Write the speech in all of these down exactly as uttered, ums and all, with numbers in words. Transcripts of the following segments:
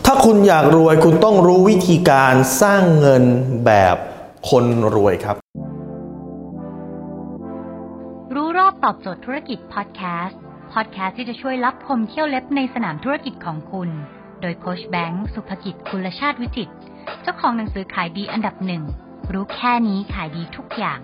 ถ้าคุณอยากรวยคุณต้องรู้วิธีการสร้างเงินแบบคนรวยครับรู้รอบตอบโจทย์ธุรกิจพอดแคสต์พอดแคสต์ที่จะช่วยลับคมเขี้ยวเล็บในสนามธุรกิจของคุณโดยโค้ชแบงค์สุภกิจกุลชาติวิจิตรเจ้าของหนังสือขายดีอันดับหนึ่งรู้แค่นี้ขายดีทุกอย่าง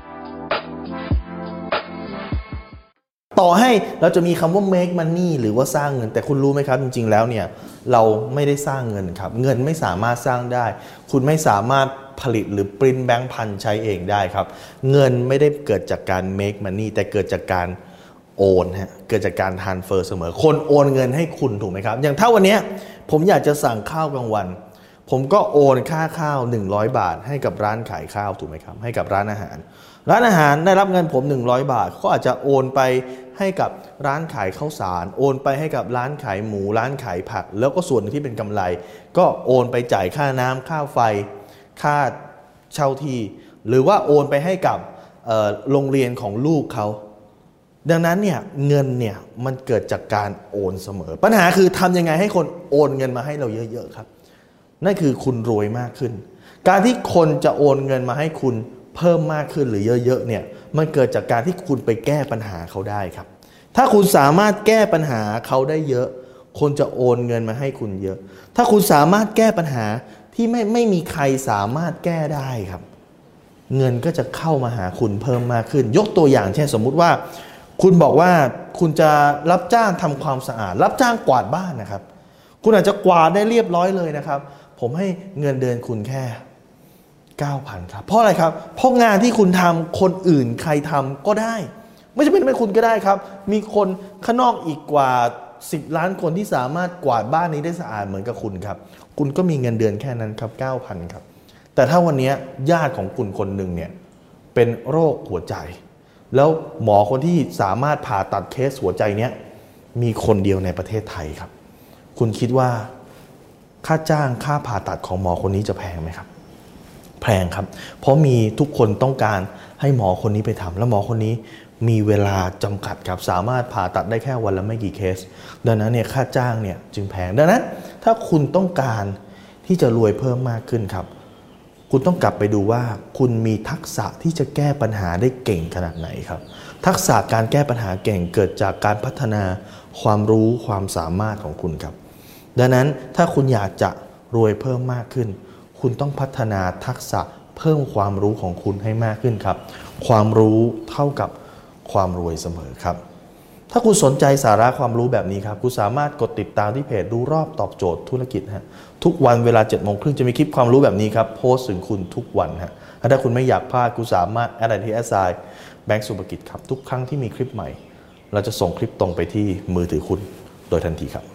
ต่อให้เราจะมีคำว่า make money หรือว่าสร้างเงินแต่คุณรู้ไหมครับจริงๆแล้วเนี่ยเราไม่ได้สร้างเงินครับเงินไม่สามารถสร้างได้คุณไม่สามารถผลิตหรือปริ้นแบงค์พันใช้เองได้ครับเงินไม่ได้เกิดจากการ make money แต่เกิดจากการโอนฮะเกิดจากการ transfer เสมอคนโอนเงินให้คุณถูกไหมครับอย่างถ้าวันนี้ผมอยากจะสั่งข้าวกลางวันผมก็โอนค่าข้าวหนึ่งร้อยบาทให้กับร้านขายข้าวถูกไหมครับให้กับร้านอาหารร้านอาหารได้รับเงินผมหนึ่งร้อยบาทเขาอาจจะโอนไปให้กับร้านขายข้าวสารโอนไปให้กับร้านขายหมูร้านขายผักแล้วก็ส่วนที่เป็นกำไรก็โอนไปจ่ายค่าน้ำค่าไฟค่าเช่าที่หรือว่าโอนไปให้กับโรงเรียนของลูกเขาดังนั้นเนี่ยเงินเนี่ยมันเกิดจากการโอนเสมอปัญหาคือทำยังไงให้คนโอนเงินมาให้เราเยอะๆครับนั่นคือคุณรวยมากขึ้นการที่คนจะโอนเงินมาให้คุณเพิ่มมากขึ้นหรือเยอะๆเนี่ยมันเกิดจากการที่คุณไปแก้ปัญหาเขาได้ครับถ้าคุณสามารถแก้ปัญหาเขาได้เยอะคนจะโอนเงินมาให้คุณเยอะถ้าคุณสามารถแก้ปัญหาที่ไม่ไม่มีใครสามารถแก้ได้ครับเงินก็จะเข้ามาหาคุณเพิ่มมากขึ้นยกตัวอย่างเช่นสมมุติว่าคุณบอกว่าคุณจะรับจ้างทำความสะอาดรับจ้างกวาดบ้านนะครับคุณอาจจะกวาดได้เรียบร้อยเลยนะครับผมให้เงินเดือนคุณแค่ เก้าพัน ครับเพราะอะไรครับเพราะงานที่คุณทำคนอื่นใครทำก็ได้ไม่จำเป็นต้องเป็นคุณก็ได้ครับมีคนข้างนอกอีกกว่าสิบล้านคนที่สามารถกวาดบ้านนี้ได้สะอาดเหมือนกับคุณครับคุณก็มีเงินเดือนแค่นั้นครับ เก้าพัน ครับแต่ถ้าวันนี้ญาติของคุณคนหนึ่งเนี่ยเป็นโรคหัวใจแล้วหมอคนที่สามารถผ่าตัดเคสหัวใจเนี้ยมีคนเดียวในประเทศไทยครับคุณคิดว่าค่าจ้างค่าผ่าตัดของหมอคนนี้จะแพงไหมครับแพงครับเพราะมีทุกคนต้องการให้หมอคนนี้ไปทำแล้วหมอคนนี้มีเวลาจำกัดครับสามารถผ่าตัดได้แค่วันละไม่กี่เคสดังนั้นเนี่ยค่าจ้างเนี่ยจึงแพงดังนั้นถ้าคุณต้องการที่จะรวยเพิ่มมากขึ้นครับคุณต้องกลับไปดูว่าคุณมีทักษะที่จะแก้ปัญหาได้เก่งขนาดไหนครับทักษะการแก้ปัญหาเก่งเกิดจากการพัฒนาความรู้ความสามารถของคุณครับดังนั้นถ้าคุณอยากจะรวยเพิ่มมากขึ้นคุณต้องพัฒนาทักษะเพิ่มความรู้ของคุณให้มากขึ้นครับความรู้เท่ากับความรวยเสมอครับถ้าคุณสนใจสาระความรู้แบบนี้ครับคุณสามารถกดติดตามที่เพจรู้รอบตอบโจทย์ธุรกิจฮะทุกวันเวลา เจ็ดโมงครึ่งจะมีคลิปความรู้แบบนี้ครับโพสต์ถึงคุณทุกวันฮะถ้าคุณไม่อยากพลาดคุณสามารถแอดไลน์ที่แอดไซน์แบงค์สุภกิจครับทุกครั้งที่มีคลิปใหม่เราจะส่งคลิปตรงไปที่มือถือคุณโดยทันทีครับ